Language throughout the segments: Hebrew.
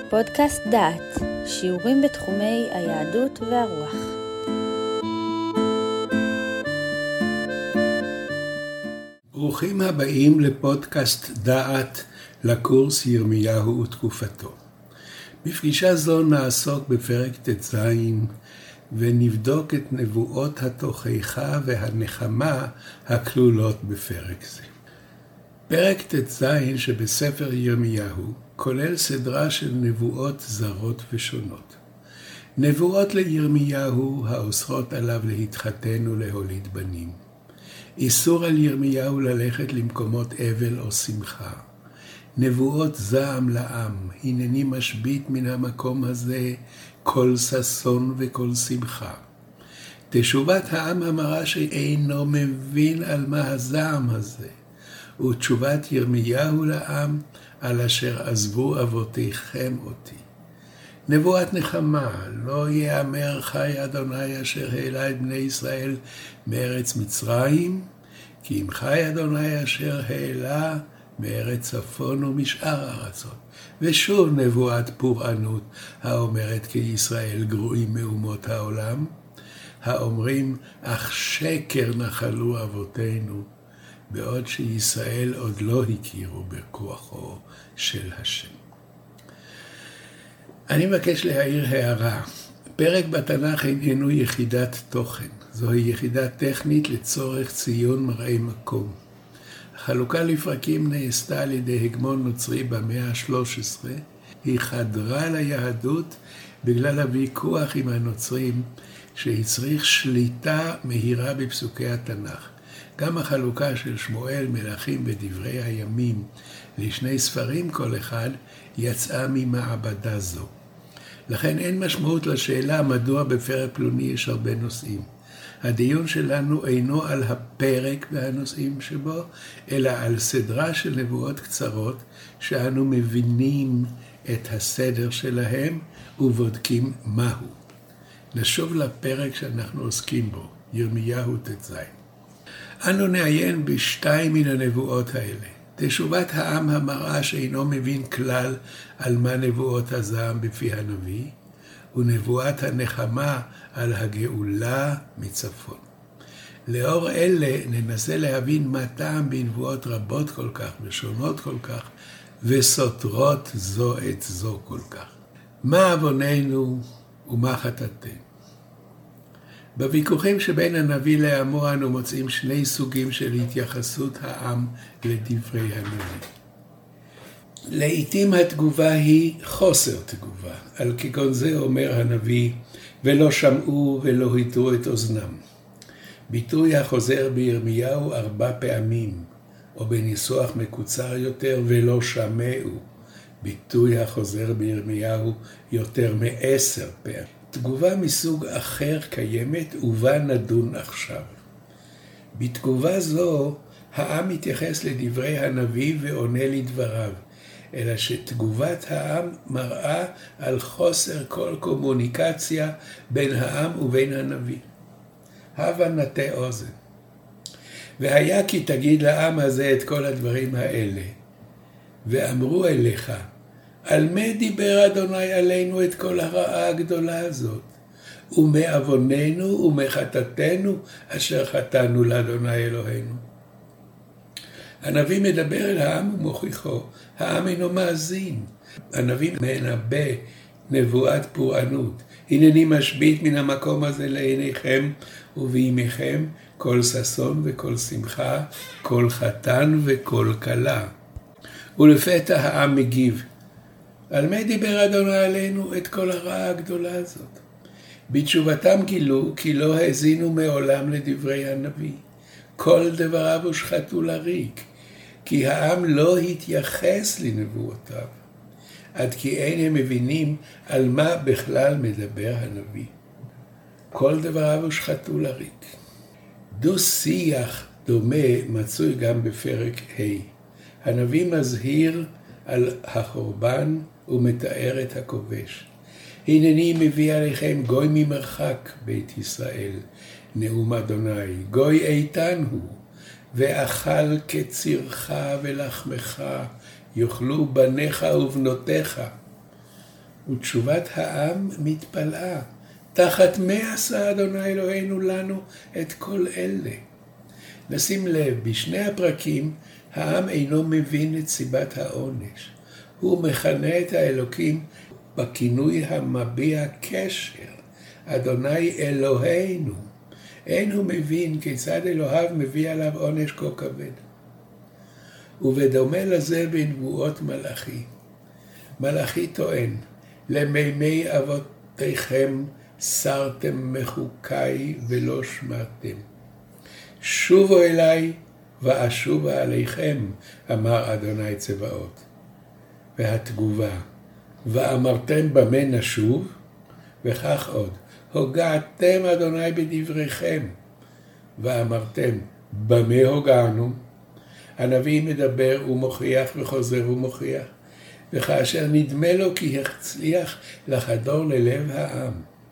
פודקאסט דעת, שיעורים בתחומי היהדות והרוח. ברוכים הבאים לפודקאסט דעת לקורס ירמיהו ותקופתו. בפגישה זו נעסוק בפרק ט"ז ונבדוק את נבואות התוכחה והנחמה הכלולות בפרק זה. פרק ט"ז שבספר ירמיהו כולל סדרה של נבואות זרות ושונות. נבואות לירמיהו האוסרות עליו להתחתן ולהוליד בנים. איסור על ירמיהו ללכת למקומות אבל או שמחה. נבואות זעם לעם, הנני משבית מן המקום הזה כל ששון וכל שמחה. תשובת העם המרה שאינו מבין על מה הזעם הזה. ותשובת ירמיהו לעם על אשר עזבו אבותיכם אותי. נבואת נחמה, לא יאמר חי אדוני אשר העלה את בני ישראל מארץ מצרים, כי אם חי אדוני אשר העלה מארץ צפון ומשאר הארצות. ושוב נבואת פורענות האומרת כי ישראל גרועים מאומות העולם, האומרים אך שקר נחלו אבותינו, בעוד שישראל עוד לא הכירו בכוחו של השם. אני מבקש להעיר הערה. פרק בתנ"ך איננו יחידת תוכן. זוהי יחידה טכנית לצורך ציון מראי מקום. החלוקה לפרקים נעשתה על ידי הגמון נוצרי במאה ה-13. היא חדרה ליהדות בגלל הוויכוח עם הנוצרים שהצריך שליטה מהירה בפסוקי התנ"ך. גם החלוקה של שמואל, מלכים ודברי הימים לשני ספרים כל אחד יצאה ממעבדה זו. לכן אין משמעות לשאלה מדוע בפרק פלוני יש הרבה נושאים. הדיון שלנו אינו על הפרק והנושאים שבו, אלא על סדרה של נבואות קצרות שאנו מבינים את הסדר שלהם ובודקים מהו. נשוב לפרק שאנחנו עוסקים בו, ירמיהו ט"ז. אנו נעיין בשתיים מן הנבואות האלה. תשובת העם המראה שאינו מבין כלל על מה נבואות הזעם בפי הנביא, ונבואת הנחמה על הגאולה מצפון. לאור אלה ננסה להבין מה טעם בנבואות רבות כל כך ושונות כל כך, וסותרות זו את זו כל כך. מה עווננו ומה חטאתנו? בוויכוחים שבין הנביא לעמו אנו מוצאים שני סוגים של התייחסות העם לדברי הנביא. לעתים התגובה היא חוסר תגובה, על כגון זה אומר הנביא, ולא שמעו ולא הטו את אוזנם. ביטוי החוזר בירמיהו 4 פעמים, או בניסוח מקוצר יותר, ולא שמעו. ביטוי החוזר בירמיהו יותר מ10 פעמים. תגובה מסוג אחר קיימת ובה נדון עכשיו. בתגובה זו העם מתייחס לדברי הנביא ועונה לדבריו, אלא שתגובת העם מראה על חוסר כל קומוניקציה בין העם ובין הנביא. הבה נטה אוזן. והיה כי תגיד לעם הזה את כל הדברים האלה, ואמרו אליך, על מה דיבר אדוני עלינו את כל הרעה הגדולה הזאת? ומעווננו ומחטאתנו אשר חטאנו לאדוני אלוהינו. הנביא מדבר אל העם ומוכיחו, העם אינו מאזין. הנביא מנבא נבואת פורענות. הנני משבית מן המקום הזה לעיניכם ובימיכם כל ששון וכל שמחה, כל חתן וכל כלה. ולפתע העם מגיב, על מה דיבר אדוני עלינו את כל הרעה הגדולה הזאת? בתשובתם גילו כי לא האזינו מעולם לדברי הנביא. כל דבריו הושחתו לריק, כי העם לא התייחס לנבואותיו, עד כי אין הם מבינים על מה בכלל מדבר הנביא. כל דבריו הושחתו לריק. דו שיח דומה מצוי גם בפרק ה'. הנביא מזהיר על החורבן ומתאר את הכובש. הנני מביא עליכם גוי ממרחק בית ישראל, נאום אדוני, גוי איתן הוא, ואכל קצירך ולחמך, יאכלו בניך ובנותיך. ותשובת העם מתפלאה. תחת מה עשה אדוני אלוהינו לנו את כל אלה? נשים לב, בשני הפרקים העם אינו מבין את סיבת העונש. הוא מכנה את האלוקים בכינוי המביע קשר, אדוני אלוהינו. אין הוא מבין כיצד אלוהיו מביא עליו עונש כה כבד. ובדומה לזה בנבואות מלאכי. מלאכי טוען, למימי אבותיכם סרתם מחוקיי ולא שמרתם. שובו אליי ואשובה עליכם, אמר אדוני צבאות. והתגובה, ואמרתם במה נשוב? וכך עוד, הוגעתם אדוני בדבריכם. ואמרתם, במה הוגענו? הנביא מדבר ומוכיח וחוזר ומוכיח, וכאשר נדמה לו כי הצליח לחדור ללב העם.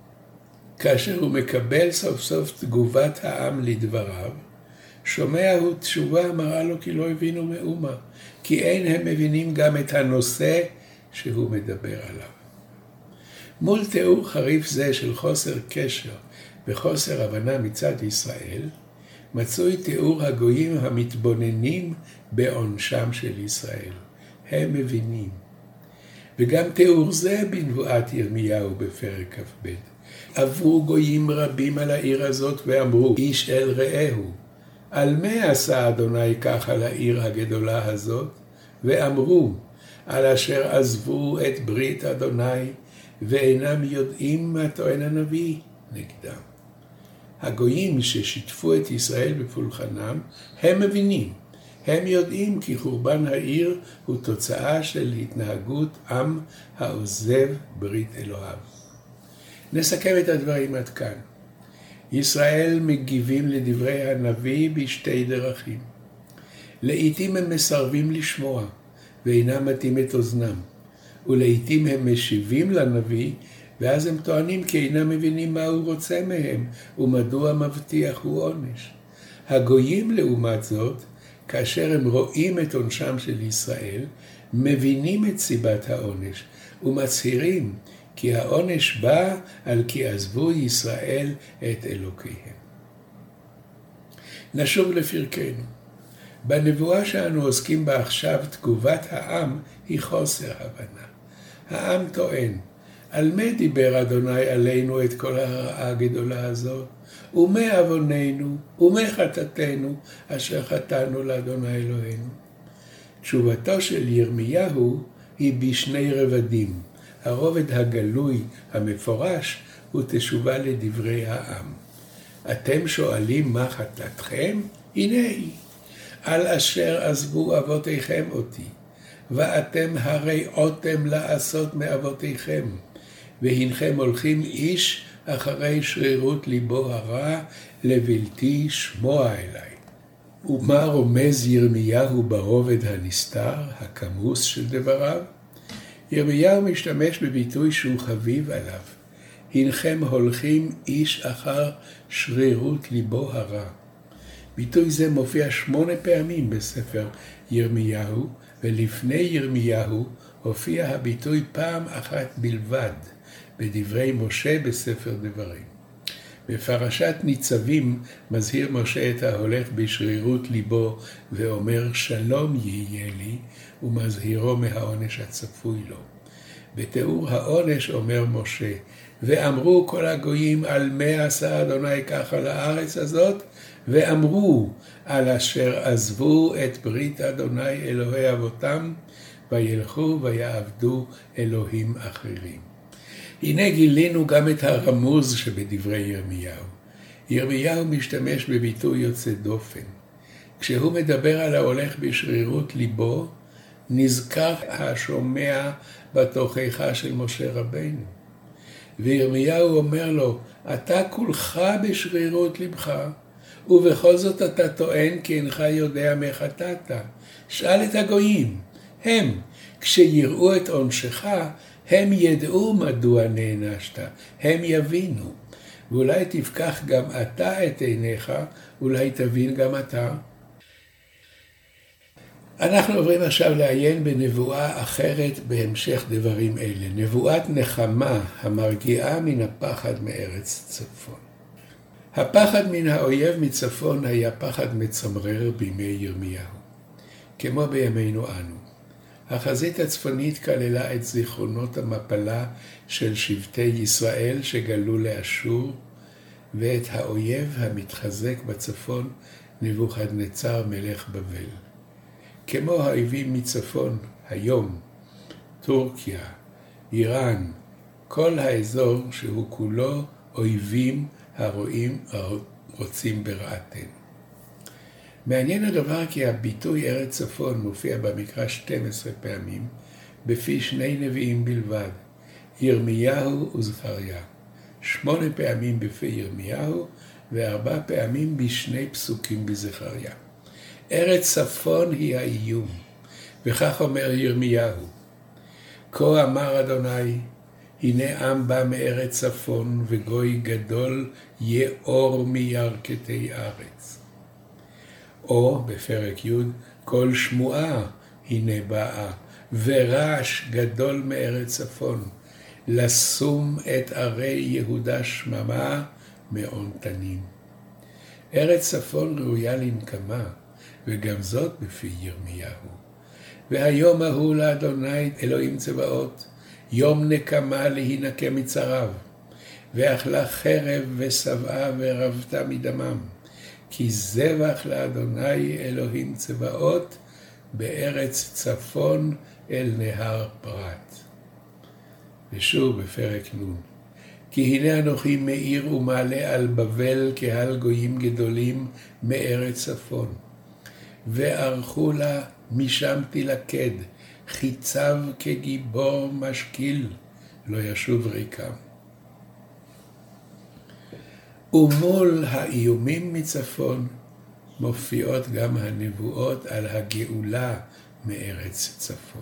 כאשר הוא מקבל סוף סוף תגובת העם לדבריו, שומע הוא תשובה מראה לו כי לא הבינו מאומה, כי אין הם מבינים גם את הנושא שהוא מדבר עליו. מול תיאור חריף זה של חוסר קשר וחוסר הבנה מצד ישראל, מצוי תיאור הגויים המתבוננים בעונשם של ישראל. הם מבינים. וגם תיאור זה בנבואת ירמיהו בפרק כ"ב. עברו גויים רבים על העיר הזאת ואמרו, איש אל רעהו. על מה עשה אדוני כך על העיר הגדולה הזאת? ואמרו, על אשר עזבו את ברית אדוני ואינם יודעים מה טוען הנביא נגדם. הגויים ששיתפו את ישראל בפולחנם, הם מבינים. הם יודעים כי חורבן העיר הוא תוצאה של התנהגות עם העוזב ברית אלוהיו. נסכם את הדברים עד כאן. ישראל מגיבים לדברי הנביא בשתי דרכים. לעתים הם מסרבים לשמוע ואינם מטים את אוזנם, ולעתים הם משיבים לנביא ואז הם טוענים כי אינם מבינים מה הוא רוצה מהם ומדוע מבטיח הוא עונש. הגויים לעומת זאת, כאשר הם רואים את עונשם של ישראל, מבינים את סיבת העונש ומצהירים כי העונש בא על כי עזבו ישראל את אלוקיהם. נשוב לפרקנו. בנבואה שאנו עוסקים בה עכשיו, תגובת העם היא חוסר הבנה. העם טוען, על מה דיבר אדוני עלינו את כל הרעה הגדולה הזאת? ומה עווננו, ומה חטאתנו, אשר חטאנו לאדוני אלוהינו? תשובתו של ירמיהו היא בשני רבדים. הרובד הגלוי המפורש הוא תשובה לדברי העם. אתם שואלים מה חטאתכם? הנה היא. על אשר עזבו אבותיכם אותי, ואתם הרי עותם לעשות מאבותיכם, והנכם הולכים איש אחרי שרירות ליבו הרע לבלתי שמוע אליי. ומה רומז ירמיהו ברובד הנסתר, הכמוס של דבריו? ירמיהו משתמש בביטוי שהוא חביב עליו. הנכם הולכים איש אחר שרירות ליבו הרע. ביטוי זה מופיע 8 פעמים בספר ירמיהו, ולפני ירמיהו הופיע הביטוי פעם אחת בלבד, בדברי משה בספר דברים. בפרשת ניצבים מזהיר משה את ההולך בשרירות ליבו ואומר שלום יהיה לי, ומזהירו מהעונש הצפוי לו. בתיאור העונש אומר משה, ואמרו כל הגויים על מה עשה אדוני ככה לארץ הזאת, ואמרו על אשר עזבו את ברית אדוני אלוהי אבותם, וילכו ויעבדו אלוהים אחרים. הנה גילינו גם את הרמוז שבדברי ירמיהו. ירמיהו משתמש בביטוי יוצא דופן. כשהוא מדבר על ההולך בשרירות ליבו, נזכר השומע בתוכחה של משה רבנו. וירמיהו אומר לו, אתה כולך בשרירות לבך, ובכל זאת אתה טוען כי אינך יודע מה חטאת. שאל את הגויים, הם, כשיראו את עונשך, הם ידעו מדוע נענשת, הם יבינו. ואולי תפקח גם אתה את עיניך, אולי תבין גם אתה. אנחנו עוברים עכשיו לעיין בנבואה אחרת בהמשך דברים אלה. נבואת נחמה המרגיעה מן הפחד מארץ צפון. הפחד מן האויב מצפון היה פחד מצמרר בימי ירמיהו, כמו בימינו אנו. החזית הצפונית כללה את זיכרונות המפלה של שבטי ישראל שגלו לאשור, ואת האויב המתחזק בצפון נבוכדנצר מלך בבל. כמו האויבים מצפון היום, טורקיה, איראן, כל האזור שהוא כולו אויבים הרוצים ברעתנו. מעניין הדבר כי הביטוי ארץ צפון מופיע במקרא 12 פעמים, בפי 2 נביאים בלבד, ירמיהו וזכריה. 8 פעמים בפי ירמיהו ו4 פעמים בשני פסוקים בזכריה. ארץ צפון היא האיום, וכך אומר ירמיהו, כה אמר אדוני, הנה עם בא מארץ צפון וגוי גדול יאור מירכתי ארץ. או בפרק י' כל שמועה הנה באה ורעש גדול מארץ צפון, לשום את ערי יהודה שממה מעון תנים. ארץ צפון ראויה לנקמה, וגם זאת בפי ירמיהו. והיום ההוא לאדוני אלוהים צבאות, יום נקמה להינקה מצריו, ואכלה חרב ושבעה ורבתה מדמם, כי זבח לאדוני אלוהים צבאות בארץ צפון אל נהר פרת. ושוב בפרק נ' כי הנה אנוכי מאיר ומעלה על בבל קהל גויים גדולים מארץ צפון, וערכו לה משם תלכד, חיצב כגיבור משקיל, לא ישוב ריקם. ומול האיומים מצפון מופיעות גם הנבואות על הגאולה מארץ צפון.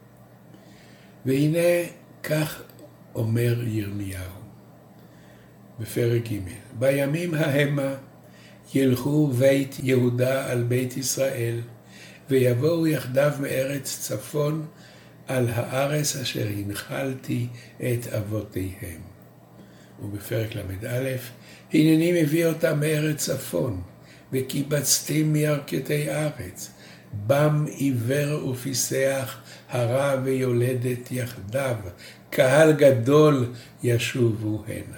והנה כך אומר ירמיהו בפרק ג' בימים ההמה ילכו בית יהודה על בית ישראל, ויבואו יחדיו מארץ צפון על הארץ אשר הנחלתי את אבותיהם. ובפרק ל"א, הנני מביא אותם מארץ צפון, וקיבצתי מירכתי ארץ, בם עיוור ופיסח, הרע ויולדת יחדיו, קהל גדול ישובו הנה.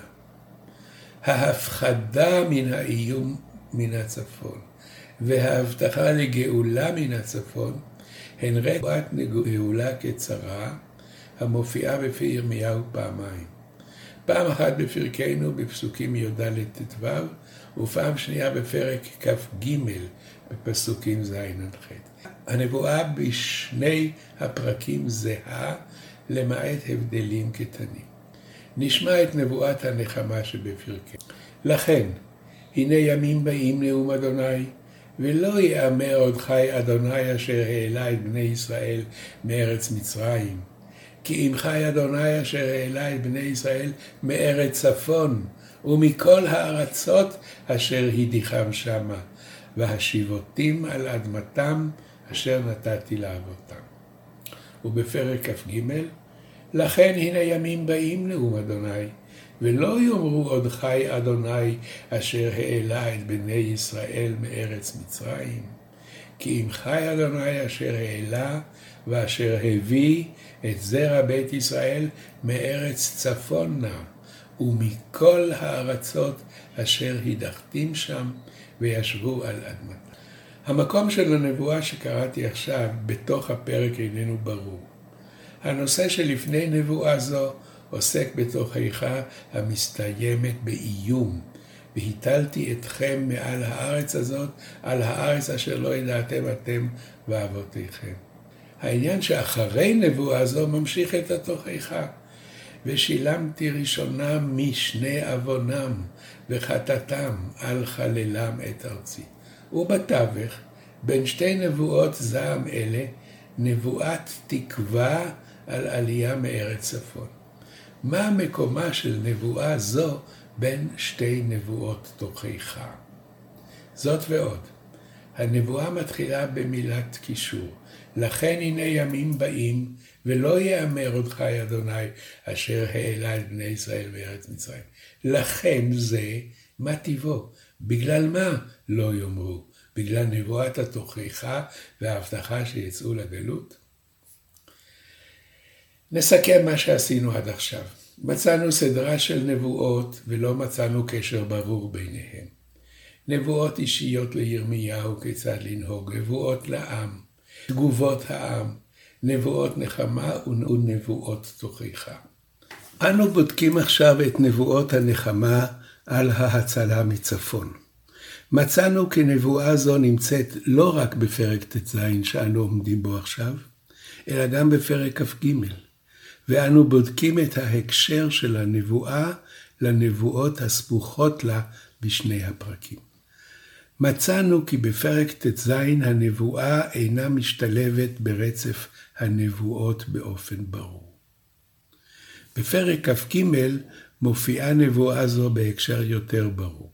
ההפחדה מן האיום מן הצפון, וההבטחה לגאולה מן הצפון, הן רקועת גאולה קצרה, המופיעה בפי ירמיהו פעמיים. פעם אחת בפרקנו בפסוקים י"ד-ט"ו, ופעם שנייה בפרק כ"ג בפסוקים ז'-ח'. הנבואה בשני הפרקים זהה, למעט הבדלים קטנים. נשמע את נבואת הנחמה שבפרקנו. לכן, הנה ימים באים נאום אדוני, ולא יאמר עוד חי אדוני אשר העלה את בני ישראל מארץ מצרים. כי אם חי אדוני אשר העלה את בני ישראל מארץ צפון, ומכל הארצות אשר הדיחם שמה, והשיבותים על אדמתם אשר נתתי לאבותם. ובפרק כ"ג, לכן הנה ימים באים נאום אדוני, ולא יאמרו עוד חי אדוני אשר העלה את בני ישראל מארץ מצרים. כי אם חי אדוני אשר העלה ואשר הביא את זרע בית ישראל מארץ צפונה, ומכל הארצות אשר הדחתים שם וישבו על אדמתם. המקום של הנבואה שקראתי עכשיו בתוך הפרק איננו ברור. הנושא שלפני נבואה זו עוסק בתוכחה המסתיימת באיום, והטלתי אתכם מעל הארץ הזאת, על הארץ אשר לא ידעתם אתם ואבותיכם. העניין שאחרי נבואה זו ממשיך את התוכחה. ושילמתי ראשונה משני עוונם וחטאתם על חללם את ארצי. ובתווך, בין שתי נבואות זעם אלה, נבואת תקווה על עלייה מארץ צפון. מה מקומה של נבואה זו בין שתי נבואות תוכחה? זאת ועוד. הנבואה מתחילה במילת קישור. לכן הנה ימים באים, ולא יאמר עוד חי אדוני, אשר העלה את בני ישראל בארץ מצרים. לכן זה, מה טיבו? בגלל מה לא יאמרו? בגלל נבואת התוכחה וההבטחה שיצאו לגלות? נסכם מה שעשינו עד עכשיו. מצאנו סדרה של נבואות ולא מצאנו קשר ברור ביניהם. נבואות אישיות לירמיהו כיצד לנהוג, נבואות לעם, תגובות העם, נבואות נחמה ונבואות תוכחה. אנו בודקים עכשיו את נבואות הנחמה על ההצלה מצפון. מצאנו כי נבואה זו נמצאת לא רק בפרק ט"ז שאנו עומדים בו עכשיו, אלא גם בפרק כ"ג, ואנו בודקים את ההקשר של הנבואה לנבואות הסמוכות לה בשני הפרקים. מצאנו כי בפרק ט"ז הנבואה אינה משתלבת ברצף הנבואות באופן ברור. בפרק כ"ג מופיעה נבואה זו בהקשר יותר ברור.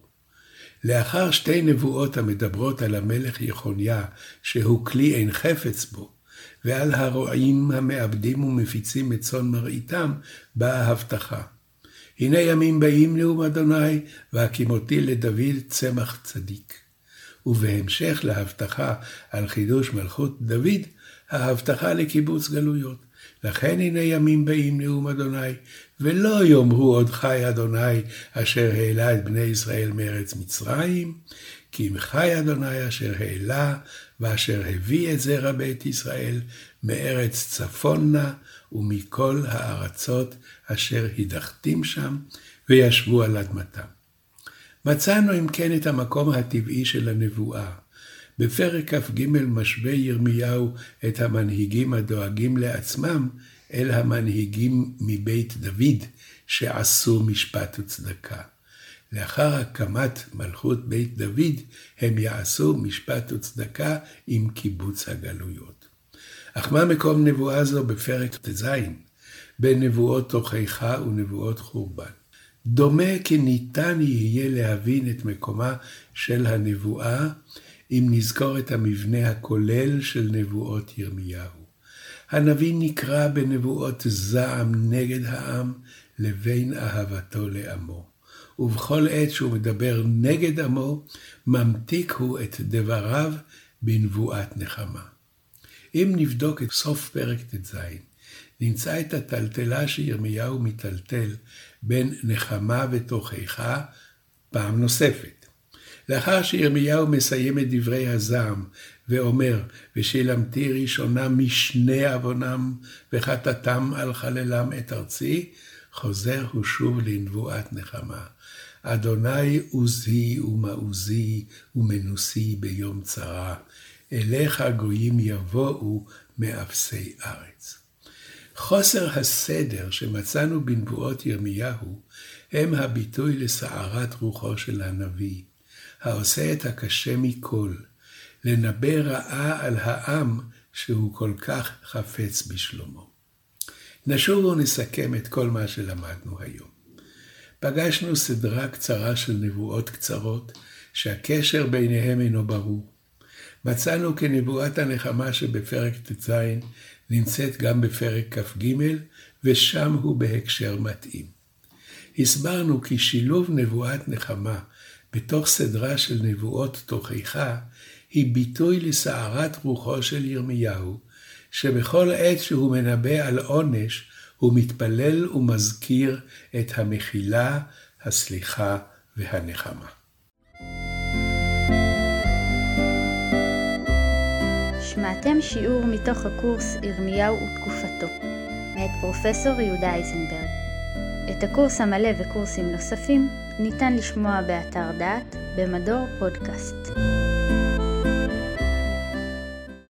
לאחר שתי נבואות המדברות על המלך יחוניה, שהוא כלי אין חפץ בו, ועל הרועים המאבדים ומפיצים את צאן מרעיתם, באה הבטחה. הנה ימים באים נאום אדוני, והקימותי לדוד צמח צדיק. ובהמשך להבטחה על חידוש מלכות דוד, ההבטחה לקיבוץ גלויות. לכן הנה ימים באים נאום אדוני, ולא יאמרו עוד חי אדוני אשר העלה את בני ישראל מארץ מצרים, כי אם חי אדוני אשר העלה ואשר הביא את זרע בית ישראל מארץ צפונה ומכל הארצות אשר הדחתים שם וישבו על אדמתם. מצאנו אם כן את המקום הטבעי של הנבואה. בפרק כ"ג משווה ירמיהו את המנהיגים הדואגים לעצמם אל המנהיגים מבית דוד שעשו משפט וצדקה. לאחר הקמת מלכות בית דוד הם יעשו משפט וצדקה עם קיבוץ הגלויות. אך מה מקום נבואה זו בפרק ט"ז בין נבואות תוכחה ונבואות חורבן? דומה כי ניתן יהיה להבין את מקומה של הנבואה אם נזכור את המבנה הכולל של נבואות ירמיהו. הנביא נקרא בנבואות זעם נגד העם לבין אהבתו לעמו. ובכל עת שהוא מדבר נגד עמו, ממתיק הוא את דבריו בנבואת נחמה. אם נבדוק את סוף פרק ט"ז, נמצא את הטלטלה שירמיהו מטלטל בין נחמה ותוכחה פעם נוספת. לאחר שירמיהו מסיים את דברי הזעם ואומר, ושילמתי ראשונה משני עוונם וחטאתם על חללם את ארצי, חוזר הוא שוב לנבואת נחמה. אדוני עוזי ומעוזי ומנוסי ביום צרה, אליך גויים יבואו מאפסי ארץ. חוסר הסדר שמצאנו בנבואות ירמיהו הם הביטוי לסערת רוחו של הנביא, העושה את הקשה מכל, לנבא רעה על העם שהוא כל כך חפץ בשלומו. נשוב ונסכם את כל מה שלמדנו היום. פגשנו סדרה קצרה של נבואות קצרות, שהקשר ביניהם אינו ברור. מצאנו כנבואת הנחמה שבפרק ט"ז נמצאת גם בפרק כ"ג, ושם הוא בהקשר מתאים. הסברנו כי שילוב נבואת נחמה בתוך סדרה של נבואות תוכחה, היא ביטוי לסערת רוחו של ירמיהו, שבכל עת שהוא מנבא על עונש, הוא מתפלל ומזכיר את המחילה, הסליחה והנחמה. שמעתם שיעור מתוך הקורס ירמיהו ותקופתו, מאת פרופסור יהודה אייזנברג. את הקורס המלא וקורסים נוספים ניתן לשמוע באתר דעת במדור פודקאסט.